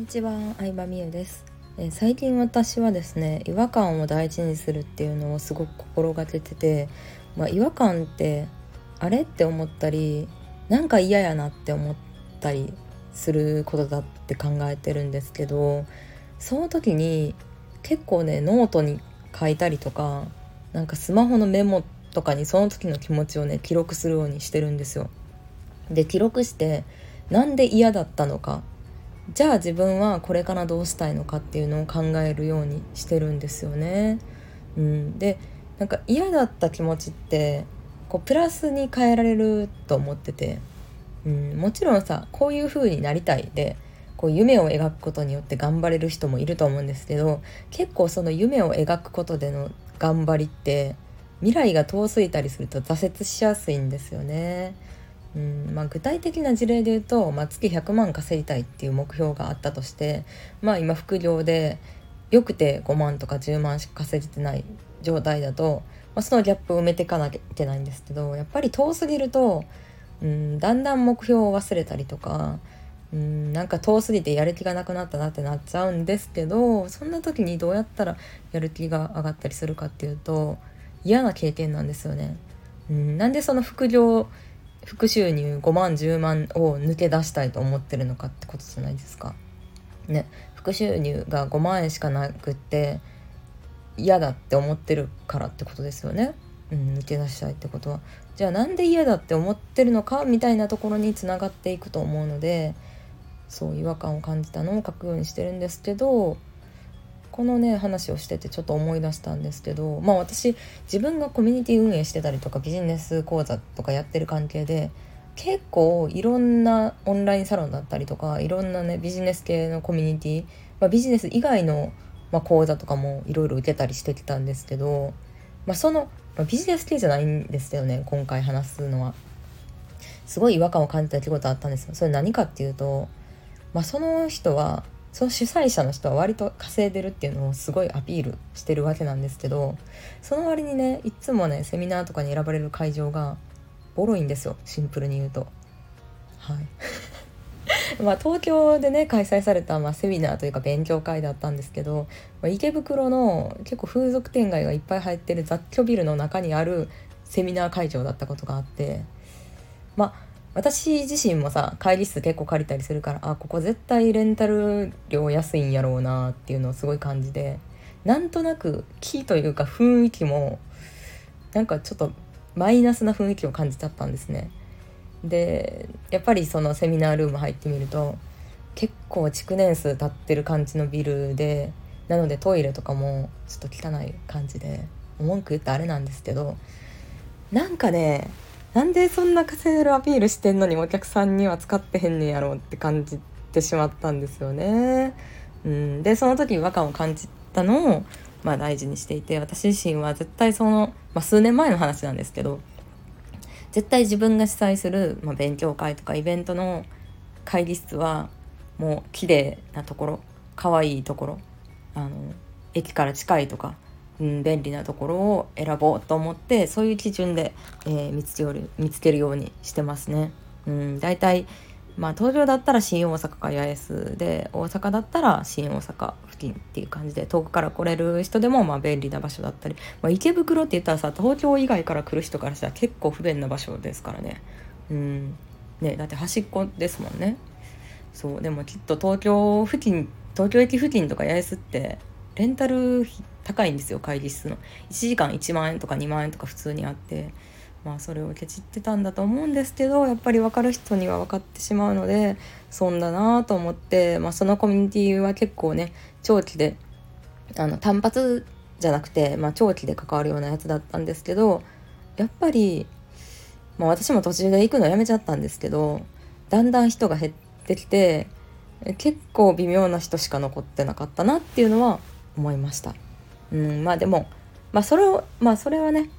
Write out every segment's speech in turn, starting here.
ちは、相葉美優です。最近私はですね、違和感を大事にするっていうのをすごく心がけてて、違和感ってあれって思ったり、なんか嫌やなって思ったりすることだって考えてるんですけど、その時に結構ね、ノートに書いたりとか、なんかスマホのメモとかにその時の気持ちをね記録するようにしてるんですよ。で、記録してなんで嫌だったのか、じゃあ自分はこれからどうしたいのかっていうのを考えるようにしてるんですよね。で、なんか嫌だった気持ちってプラスに変えられると思ってて、もちろんさ、こういう風になりたいで夢を描くことによって頑張れる人もいると思うんですけど、結構その夢を描くことでの頑張りって未来が遠すぎたりすると挫折しやすいんですよね。具体的な事例で言うと、月100万稼ぎたいっていう目標があったとして、今副業でよくて5万とか10万しか稼げてない状態だと、そのギャップを埋めていかなきゃいけないんですけど、やっぱり遠すぎるとだんだん目標を忘れたりとか、なんか遠すぎてやる気がなくなったなってなっちゃうんですけど、そんな時にどうやったらやる気が上がったりするかっていうと、嫌な経験なんですよね。なんでその副収入5万10万を抜け出したいと思ってるのかってことじゃないですかね。副収入が5万円しかなくって嫌だって思ってるからってことですよね。抜け出したいってことは、じゃあなんで嫌だって思ってるのかみたいなところにつながっていくと思うので、そう違和感を感じたのを書くようにしてるんですけど、このね話をしててちょっと思い出したんですけど、私自分がコミュニティ運営してたりとかビジネス講座とかやってる関係で、結構いろんなオンラインサロンだったりとか、いろんなねビジネス系のコミュニティ、ビジネス以外の、講座とかもいろいろ受けたりしてきたんですけど、その、ビジネス系じゃないんですよね。今回話すのはすごい違和感を感じた出来事あったんですよ。それ何かっていうと、その人は、その主催者の人は割と稼いでるっていうのをすごいアピールしてるわけなんですけど、その割にね、いつもねセミナーとかに選ばれる会場がボロいんですよ、シンプルに言うと。はい東京でね開催された、セミナーというか勉強会だったんですけど、池袋の結構風俗店街がいっぱい入ってる雑居ビルの中にあるセミナー会場だったことがあって、私自身もさ、会議室結構借りたりするから、ここ絶対レンタル料安いんやろうなっていうのをすごい感じで、なんとなく気というか雰囲気もなんかちょっとマイナスな雰囲気を感じちゃったんですね。で、やっぱりそのセミナールーム入ってみると、結構築年数経ってる感じのビルで、なのでトイレとかもちょっと汚い感じで、文句言ってあれなんですけど、なんかね、なんでそんな稼いでるアピールしてんのにお客さんには使ってへんねやろうって感じてしまったんですよね。で、その時違和感を感じたのを、大事にしていて、私自身は絶対その、数年前の話なんですけど、絶対自分が主催する、勉強会とかイベントの会議室はもう綺麗なところ、可愛いところ、駅から近いとか、便利なところを選ぼうと思って、そういう基準で、見つけるようにしてますね。だいたい東京だったら新大阪か八重洲で、大阪だったら新大阪付近っていう感じで、遠くから来れる人でも便利な場所だったり、池袋って言ったらさ、東京以外から来る人からしたら結構不便な場所ですからね。だって端っこですもんね。そうでもきっと東京駅付近とか八重洲ってレンタル費高いんですよ。会議室の1時間1万円とか2万円とか普通にあって、それをケチってたんだと思うんですけど、やっぱり分かる人には分かってしまうので、損だなと思って、そのコミュニティは結構ね、長期で単発じゃなくて、長期で関わるようなやつだったんですけど、やっぱり、私も途中で行くのやめちゃったんですけど、だんだん人が減ってきて、結構微妙な人しか残ってなかったなっていうのは思いました。でも、それはね、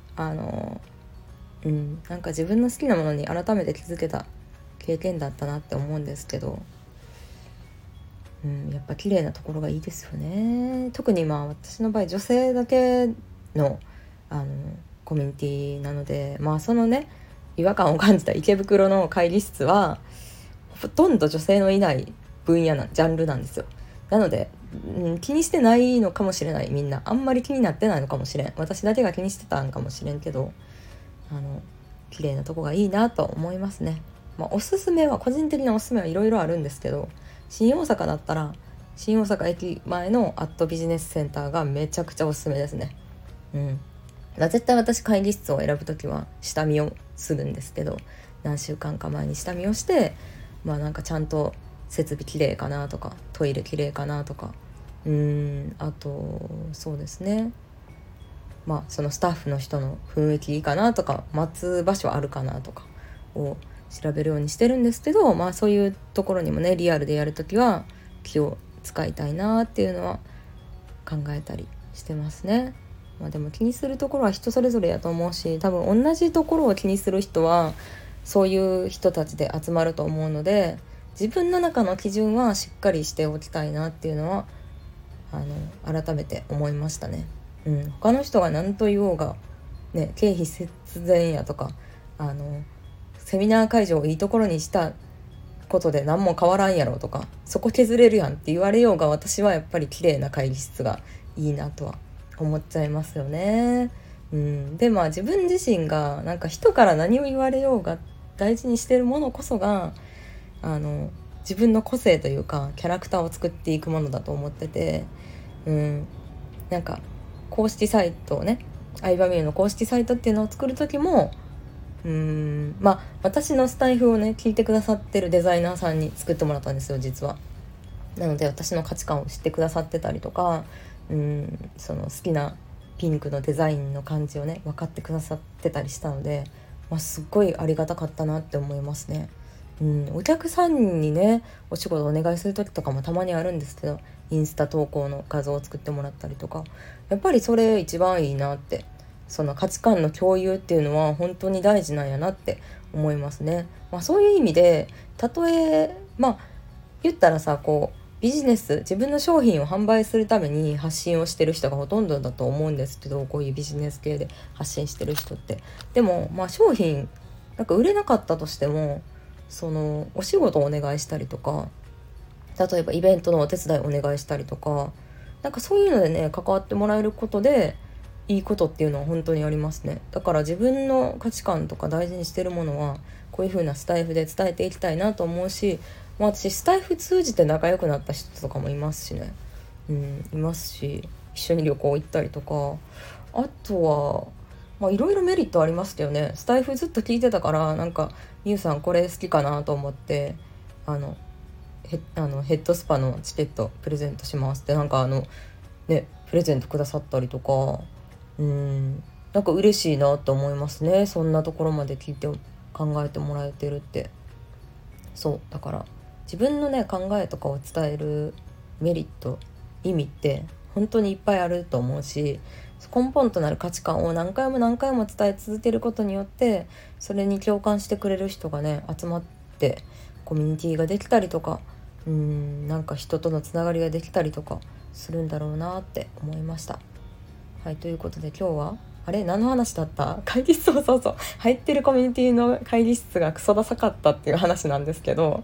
なんか自分の好きなものに改めて気づけた経験だったなって思うんですけど、やっぱ綺麗なところがいいですよね。特に私の場合女性だけのコミュニティなので、そのね違和感を感じた池袋の会議室はほとんど女性のいないジャンルなんですよ。 なので、気にしてないのかもしれない。みんなあんまり気になってないのかもしれん。私だけが気にしてたんかもしれんけど、綺麗なとこがいいなと思いますね。おすすめは、個人的なおすすめはいろいろあるんですけど、新大阪だったら新大阪駅前のアットビジネスセンターがめちゃくちゃおすすめですね。絶対私会議室を選ぶときは下見をするんですけど、何週間か前に下見をして、なんかちゃんと設備きれいかなとか、トイレきれいかなとか、あとそうですね、そのスタッフの人の雰囲気いいかなとか、待つ場所あるかなとかを調べるようにしてるんですけど、そういうところにもね、リアルでやるときは気を使いたいなっていうのは考えたりしてますね。でも気にするところは人それぞれやと思うし、多分同じところを気にする人はそういう人たちで集まると思うので、自分の中の基準はしっかりしておきたいなっていうのは改めて思いましたね。他の人が何と言おうが、ね、経費節電やとかセミナー会場をいいところにしたことで何も変わらんやろとか、そこ削れるやんって言われようが、私はやっぱり綺麗な会議室がいいなとは思っちゃいますよね。で自分自身がなんか人から何を言われようが大事にしてるものこそが自分の個性というかキャラクターを作っていくものだと思ってて、なんか公式サイトをね、相葉美優の公式サイトっていうのを作る時も私のスタイフをね聞いてくださってるデザイナーさんに作ってもらったんですよ、実は。なので私の価値観を知ってくださってたりとか、その好きなピンクのデザインの感じをね分かってくださってたりしたので、すっごいありがたかったなって思いますね。お客さんにねお仕事お願いする時とかもたまにあるんですけど、インスタ投稿の画像を作ってもらったりとか、やっぱりそれ一番いいなって、その価値観の共有っていうのは本当に大事なんやなって思いますね。そういう意味で、たとえ言ったらさ、ビジネス、自分の商品を販売するために発信をしてる人がほとんどだと思うんですけど、こういうビジネス系で発信してる人って。でも商品なんか売れなかったとしても、そのお仕事をお願いしたりとか、例えばイベントのお手伝いお願いしたりとか、なんかそういうのでね関わってもらえることでいいことっていうのは本当にありますね。だから自分の価値観とか大事にしてるものはこういう風なスタイフで伝えていきたいなと思うし、私スタイフ通じて仲良くなった人とかもいますしね、いますし、一緒に旅行行ったりとか、あとはいろいろメリットありますけどね。スタイフずっと聞いてたから、なんかみゆさんこれ好きかなと思ってヘッドスパのチケットプレゼントしますってなんかプレゼントくださったりとか、なんか嬉しいなと思いますね。そんなところまで聞いて考えてもらえてるって。そうだから自分のね考えとかを伝えるメリット、意味って本当にいっぱいあると思うし、根本となる価値観を何回も何回も伝え続けることによって、それに共感してくれる人がね集まってコミュニティができたりとか、なんか人とのつながりができたりとかするんだろうなって思いました。はい、ということで今日は何の話だった？会議室、そう入ってるコミュニティの会議室がクソダサかったっていう話なんですけど、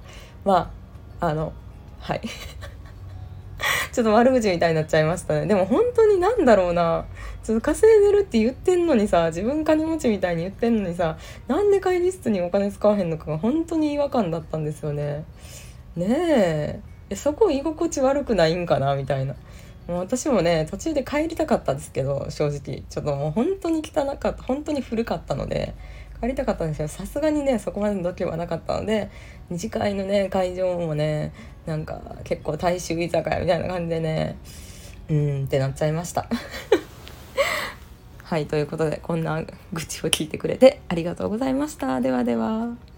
はいちょっと悪口みたいになっちゃいましたね。でも本当になんだろうな、ちょっと稼いでるって言ってんのにさ、自分金持ちみたいに言ってんのにさ、なんで会議室にお金使わへんのかが本当に違和感だったんですよね。ねえ、そこ居心地悪くないんかなみたいな。もう私もね途中で帰りたかったんですけど、正直ちょっともう本当に汚かった、本当に古かったので帰りたかったんですけど、さすがにねそこまでの度胸はなかったので、二次会のね会場もねなんか結構大衆居酒屋みたいな感じでねってなっちゃいましたはい、ということでこんな愚痴を聞いてくれてありがとうございました。ではでは。